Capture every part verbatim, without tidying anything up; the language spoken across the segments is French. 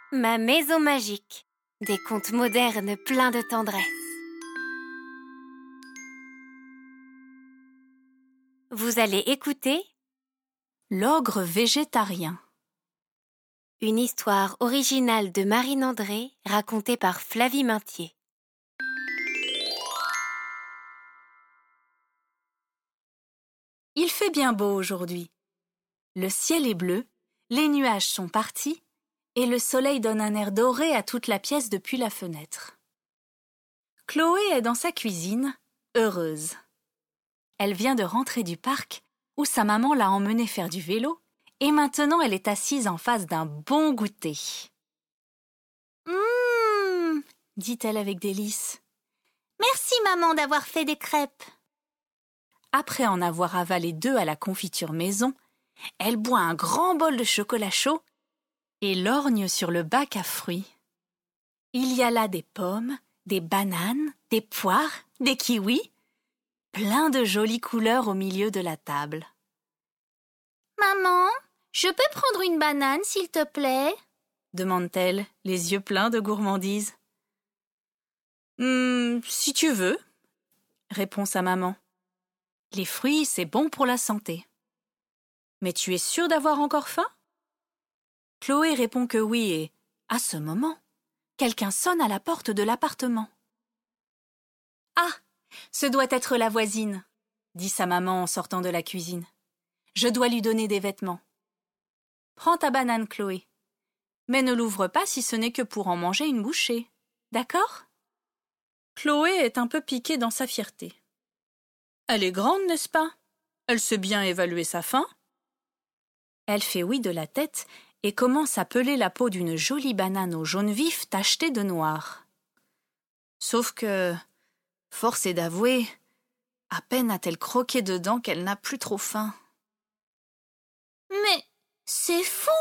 Ma maison magique. Des contes modernes pleins de tendresse. Vous allez écouter L'ogre végétarien. une histoire originale de Marine André, racontée par Flavie Maintier. Il fait bien beau aujourd'hui. Le ciel est bleu, les nuages sont partis et le soleil donne un air doré à toute la pièce depuis la fenêtre. Chloé est dans sa cuisine, heureuse. Elle vient de rentrer du parc où sa maman l'a emmenée faire du vélo et maintenant elle est assise en face d'un bon goûter. Hum, dit-elle avec délice. Merci maman d'avoir fait des crêpes. Après en avoir avalé deux à la confiture maison, elle boit un grand bol de chocolat chaud et lorgne sur le bac à fruits. Il y a là des pommes, des bananes, des poires, des kiwis, plein de jolies couleurs au milieu de la table. Maman, je peux prendre une banane s'il te plaît? Demande-t-elle, les yeux pleins de gourmandise. Hum, si tu veux, répond sa maman. Les fruits, c'est bon pour la santé. Mais tu es sûre d'avoir encore faim? Chloé répond que oui et, à ce moment, quelqu'un sonne à la porte de l'appartement. Ah, ce doit être la voisine, dit sa maman en sortant de la cuisine. Je dois lui donner des vêtements. Prends ta banane, Chloé. Mais ne l'ouvre pas si ce n'est que pour en manger une bouchée. D'accord? Chloé est un peu piquée dans sa fierté. Elle est grande, n'est-ce pas? Elle sait bien évaluer sa faim. Elle fait oui de la tête et commence à peler la peau d'une jolie banane au jaune vif tachetée de noir. Sauf que, force est d'avouer, à peine a-t-elle croqué dedans qu'elle n'a plus trop faim. Mais c'est fou!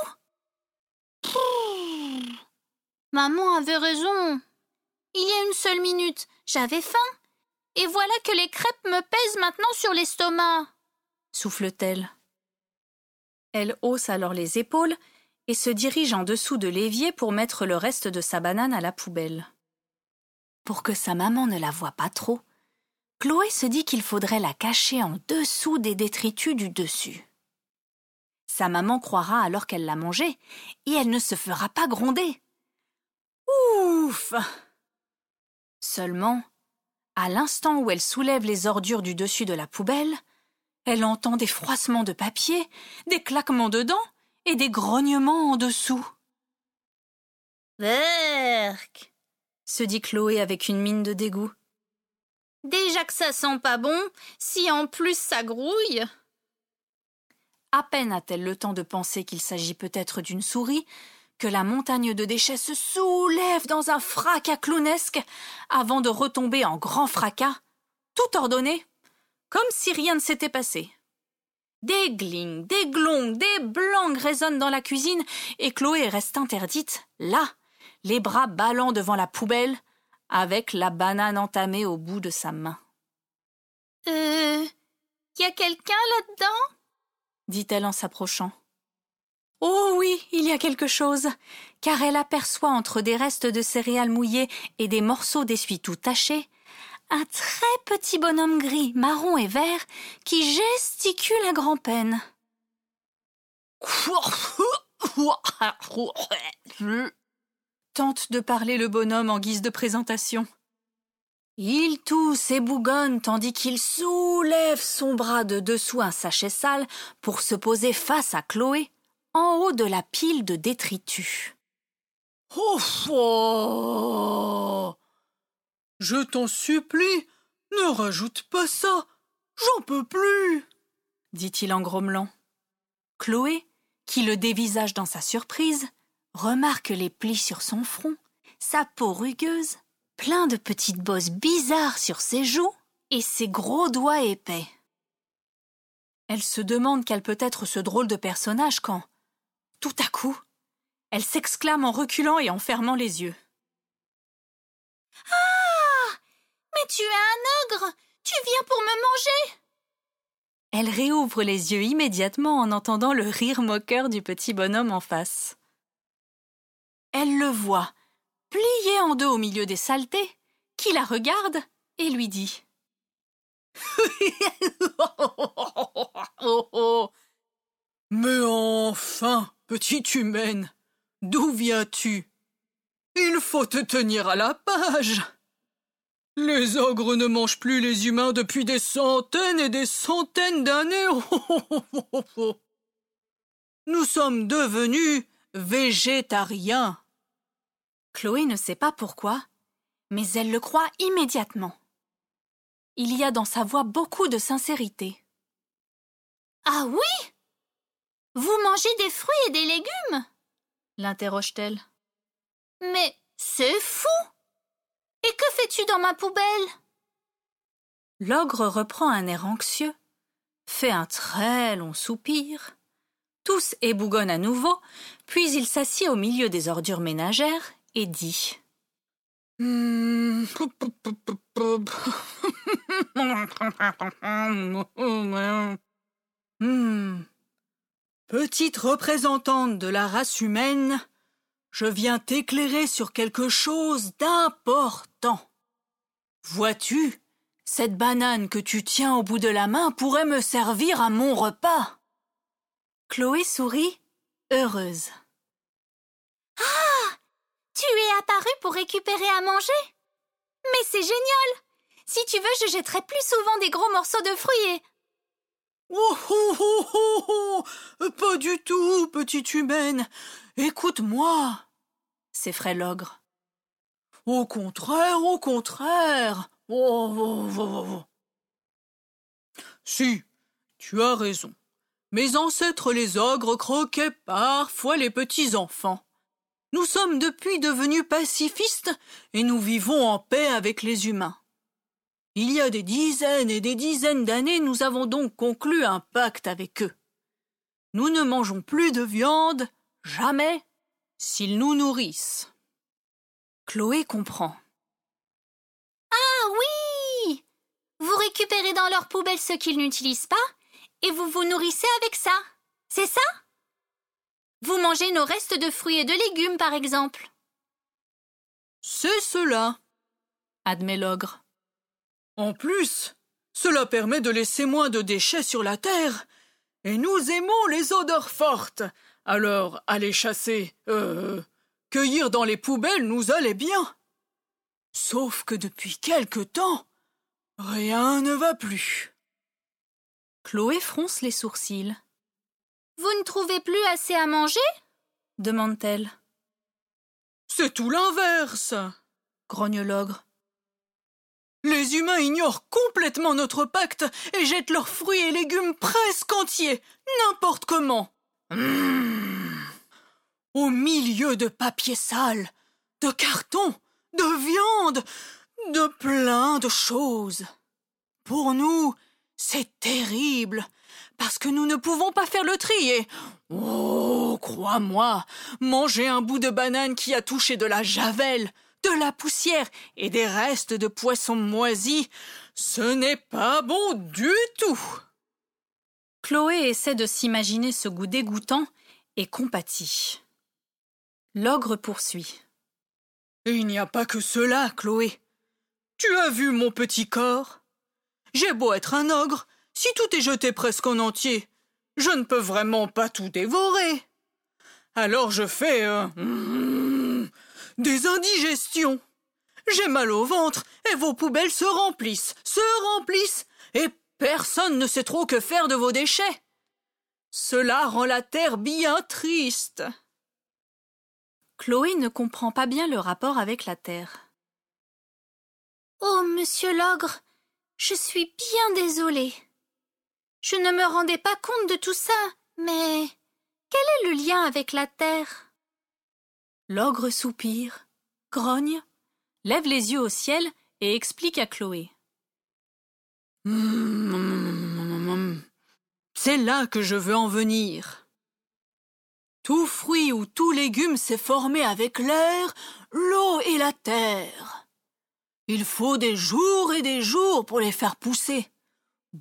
Pouh. Maman avait raison. Il y a une seule minute, j'avais faim. Et voilà que les crêpes me pèsent maintenant sur l'estomac. Souffle-t-elle. Elle hausse alors les épaules et se dirige en dessous de l'évier pour mettre le reste de sa banane à la poubelle. Pour que sa maman ne la voie pas trop, Chloé se dit qu'il faudrait la cacher en dessous des détritus du dessus. Sa maman croira alors qu'elle l'a mangée et elle ne se fera pas gronder. Ouf! Seulement, à l'instant où elle soulève les ordures du dessus de la poubelle, elle entend des froissements de papier, des claquements de dents et des grognements en dessous. « Berk !» se dit Chloé avec une mine de dégoût. « Déjà que ça sent pas bon, si en plus ça grouille !» À peine a-t-elle le temps de penser qu'il s'agit peut-être d'une souris que la montagne de déchets se soulève dans un fracas clownesque avant de retomber en grand fracas, tout ordonné, comme si rien ne s'était passé. Des glings, des glongs, des blancs résonnent dans la cuisine et Chloé reste interdite, là, les bras ballants devant la poubelle, avec la banane entamée au bout de sa main. « Euh... y a quelqu'un là-dedans ?» dit-elle en s'approchant. Oh oui, il y a quelque chose, car elle aperçoit entre des restes de céréales mouillées et des morceaux d'essuie-tout tachés un très petit bonhomme gris, marron et vert qui gesticule à grand-peine. Tente de parler le bonhomme en guise de présentation. Il tousse et bougonne tandis qu'il soulève son bras de dessous un sachet sale pour se poser face à Chloé en haut de la pile de détritus. Oh, oh, je t'en supplie, ne rajoute pas ça, j'en peux plus, dit-il en grommelant. Chloé, qui le dévisage dans sa surprise, remarque les plis sur son front, sa peau rugueuse, plein de petites bosses bizarres sur ses joues et ses gros doigts épais. Elle se demande quel peut être ce drôle de personnage quand, tout à coup, elle s'exclame en reculant et en fermant les yeux. « Ah! Mais tu es un ogre! Tu viens pour me manger !» Elle réouvre les yeux immédiatement en entendant le rire moqueur du petit bonhomme en face. Elle le voit, plié en deux au milieu des saletés, qui la regarde et lui dit « Mais enfin, petite humaine, d'où viens-tu? Il faut te tenir à la page. Les ogres ne mangent plus les humains depuis des centaines et des centaines d'années. Nous sommes devenus végétariens. » Chloé ne sait pas pourquoi, mais elle le croit immédiatement. Il y a dans sa voix beaucoup de sincérité. « Ah oui? Vous mangez des fruits et des légumes ?» l'interroge-t-elle. « Mais c'est fou! Et que fais-tu dans ma poubelle ?» L'ogre reprend un air anxieux, fait un très long soupir, tousse et bougonne à nouveau, puis il s'assied au milieu des ordures ménagères et dit Hmm. Hmm. Petite représentante de la race humaine, je viens t'éclairer sur quelque chose d'important. Vois-tu, cette banane que tu tiens au bout de la main pourrait me servir à mon repas. Chloé sourit, heureuse. Ah! Tu es apparue pour récupérer à manger? Mais c'est génial! Si tu veux, je jetterai plus souvent des gros morceaux de fruits et... Oh, oh, oh, oh, oh. Pas du tout, petite humaine. Écoute-moi, s'effraie l'ogre. Au contraire, au contraire. Oh, oh, oh, oh. Si, tu as raison. Mes ancêtres les ogres croquaient parfois les petits enfants. Nous sommes depuis devenus pacifistes et nous vivons en paix avec les humains. Il y a des dizaines et des dizaines d'années, nous avons donc conclu un pacte avec eux. Nous ne mangeons plus de viande, jamais, s'ils nous nourrissent. Chloé comprend. Ah oui! Vous récupérez dans leur poubelle ce qu'ils n'utilisent pas et vous vous nourrissez avec ça, c'est ça? Vous mangez nos restes de fruits et de légumes, par exemple. C'est cela, admet l'ogre. En plus, cela permet de laisser moins de déchets sur la terre. Et nous aimons les odeurs fortes. Alors, aller chasser, euh, cueillir dans les poubelles nous allait bien. Sauf que depuis quelque temps, rien ne va plus. Chloé fronce les sourcils. Vous ne trouvez plus assez à manger? Demande-t-elle. C'est tout l'inverse, grogne l'ogre. Les humains ignorent complètement notre pacte et jettent leurs fruits et légumes presque entiers, n'importe comment. Mmh. Au milieu de papier sale, de carton, de viande, de plein de choses. Pour nous, c'est terrible, parce que nous ne pouvons pas faire le tri et... Oh, crois-moi, manger un bout de banane qui a touché de la javel, de la poussière et des restes de poissons moisis, ce n'est pas bon du tout. Chloé essaie de s'imaginer ce goût dégoûtant et compatit. L'ogre poursuit. Il n'y a pas que cela, Chloé. Tu as vu mon petit corps? J'ai beau être un ogre, si tout est jeté presque en entier, je ne peux vraiment pas tout dévorer. Alors je fais... Euh, mm, des indigestions. J'ai mal au ventre et vos poubelles se remplissent, se remplissent, et personne ne sait trop que faire de vos déchets. Cela rend la terre bien triste. Chloé ne comprend pas bien le rapport avec la terre. Oh, monsieur l'ogre, je suis bien désolée. Je ne me rendais pas compte de tout ça, mais quel est le lien avec la terre? L'ogre soupire, grogne, lève les yeux au ciel et explique à Chloé. C'est là que je veux en venir. Tout fruit ou tout légume s'est formé avec l'air, l'eau et la terre. Il faut des jours et des jours pour les faire pousser.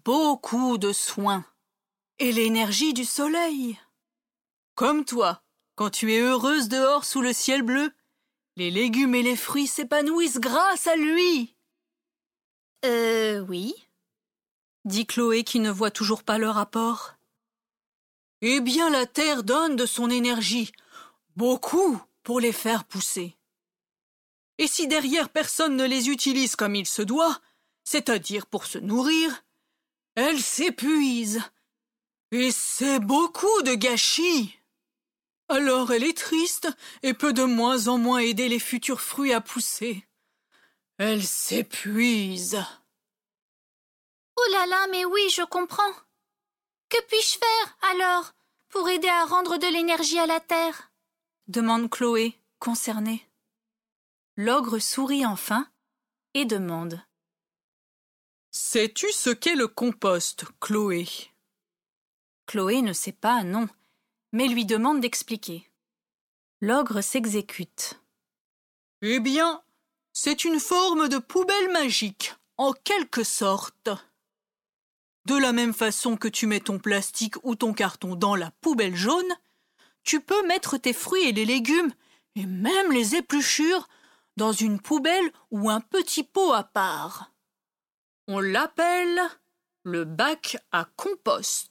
Beaucoup de soins. Et l'énergie du soleil. Comme toi, Quand tu es heureuse dehors sous le ciel bleu, les légumes et les fruits s'épanouissent grâce à lui. Euh, oui, dit Chloé qui ne voit toujours pas le rapport. Eh bien, la terre donne de son énergie, beaucoup pour les faire pousser. Et si derrière personne ne les utilise comme il se doit, c'est-à-dire pour se nourrir, elles s'épuisent. Et c'est beaucoup de gâchis. Alors elle est triste et peut de moins en moins aider les futurs fruits à pousser. Elle s'épuise. Oh là là, mais oui, je comprends. Que puis-je faire, alors, pour aider à rendre de l'énergie à la terre ? Demande Chloé, concernée. L'ogre sourit enfin et demande. Sais-tu ce qu'est le compost, Chloé ? Chloé ne sait pas, non, mais lui demande d'expliquer. L'ogre s'exécute. Eh bien, c'est une forme de poubelle magique, en quelque sorte. De la même façon que tu mets ton plastique ou ton carton dans la poubelle jaune, tu peux mettre tes fruits et les légumes, et même les épluchures, dans une poubelle ou un petit pot à part. On l'appelle le bac à compost.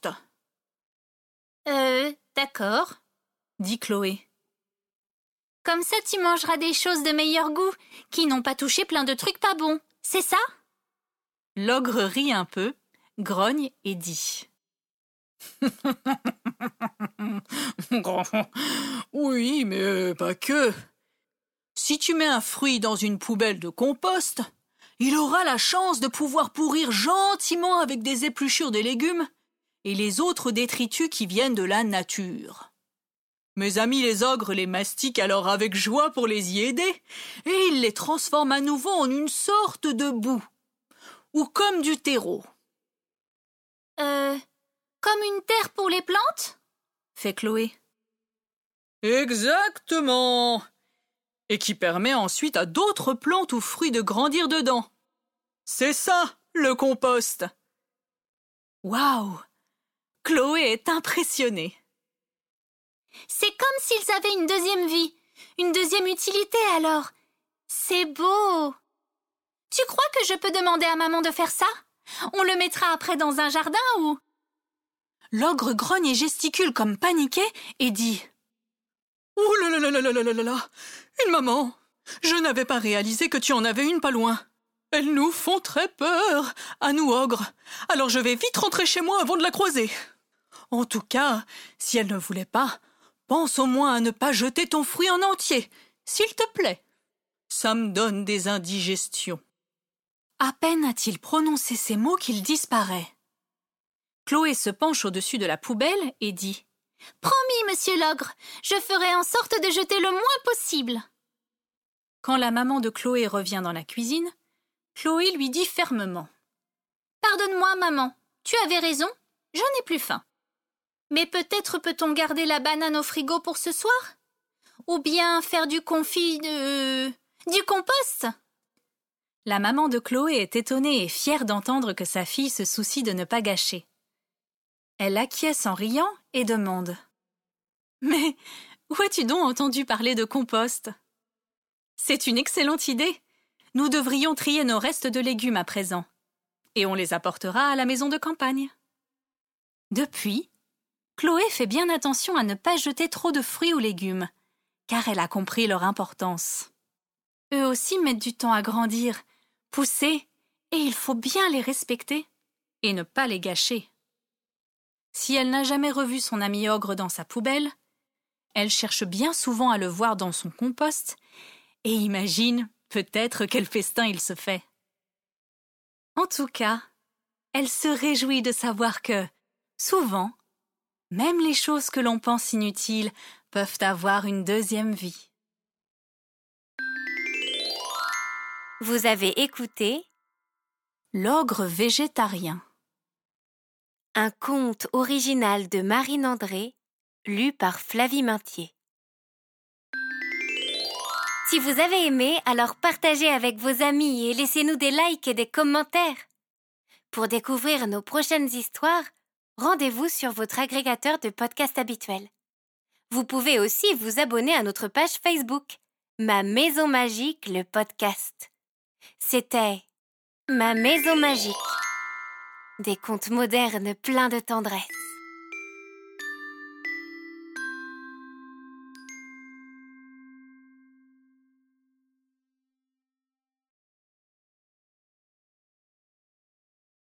Euh, d'accord. Dit Chloé. Comme ça, tu mangeras des choses de meilleur goût, qui n'ont pas touché plein de trucs pas bons. C'est ça ? L'ogre rit un peu, grogne et dit. Oui, mais pas que. Si tu mets un fruit dans une poubelle de compost, il aura la chance de pouvoir pourrir gentiment avec des épluchures des légumes et les autres détritus qui viennent de la nature. Mes amis les ogres les mastiquent alors avec joie pour les y aider, et ils les transforment à nouveau en une sorte de boue, ou comme du terreau. Euh, comme une terre pour les plantes ? Fait Chloé. Exactement. Et qui permet ensuite à d'autres plantes ou fruits de grandir dedans. C'est ça, le compost. Waouh! Chloé est impressionnée. C'est comme s'ils avaient une deuxième vie, une deuxième utilité alors. C'est beau. Tu crois que je peux demander à maman de faire ça ? On le mettra après dans un jardin ou… L'ogre grogne et gesticule comme paniqué et dit. Oh là là là là là là là là! Une maman! Je n'avais pas réalisé que tu en avais une pas loin. Elles nous font très peur, à nous ogres. Alors je vais vite rentrer chez moi avant de la croiser. En tout cas, si elle ne voulait pas, pense au moins à ne pas jeter ton fruit en entier, s'il te plaît. Ça me donne des indigestions. À peine a-t-il prononcé ces mots qu'il disparaît. Chloé se penche au-dessus de la poubelle et dit. Promis, monsieur l'ogre, je ferai en sorte de jeter le moins possible. Quand la maman de Chloé revient dans la cuisine, Chloé lui dit fermement. Pardonne-moi, maman, tu avais raison, je n'ai plus faim. Mais peut-être peut-on garder la banane au frigo pour ce soir ? Ou bien faire du confit de… du compost ? La maman de Chloé est étonnée et fière d'entendre que sa fille se soucie de ne pas gâcher. Elle acquiesce en riant et demande. Mais où as-tu donc entendu parler de compost ? C'est une excellente idée. Nous devrions trier nos restes de légumes à présent. Et on les apportera à la maison de campagne. Depuis, Chloé fait bien attention à ne pas jeter trop de fruits ou légumes, car elle a compris leur importance. Eux aussi mettent du temps à grandir, pousser, et il faut bien les respecter et ne pas les gâcher. Si elle n'a jamais revu son ami ogre dans sa poubelle, elle cherche bien souvent à le voir dans son compost et imagine peut-être quel festin il se fait. En tout cas, elle se réjouit de savoir que, souvent, même les choses que l'on pense inutiles peuvent avoir une deuxième vie. Vous avez écouté L'ogre végétarien. Un conte original de Marine André, lu par Flavie Maintier. Si vous avez aimé, alors partagez avec vos amis et laissez-nous des likes et des commentaires. Pour découvrir nos prochaines histoires, rendez-vous sur votre agrégateur de podcasts habituel. Vous pouvez aussi vous abonner à notre page Facebook, Ma Maison Magique, le podcast. C'était Ma Maison Magique. Des contes modernes pleins de tendresse.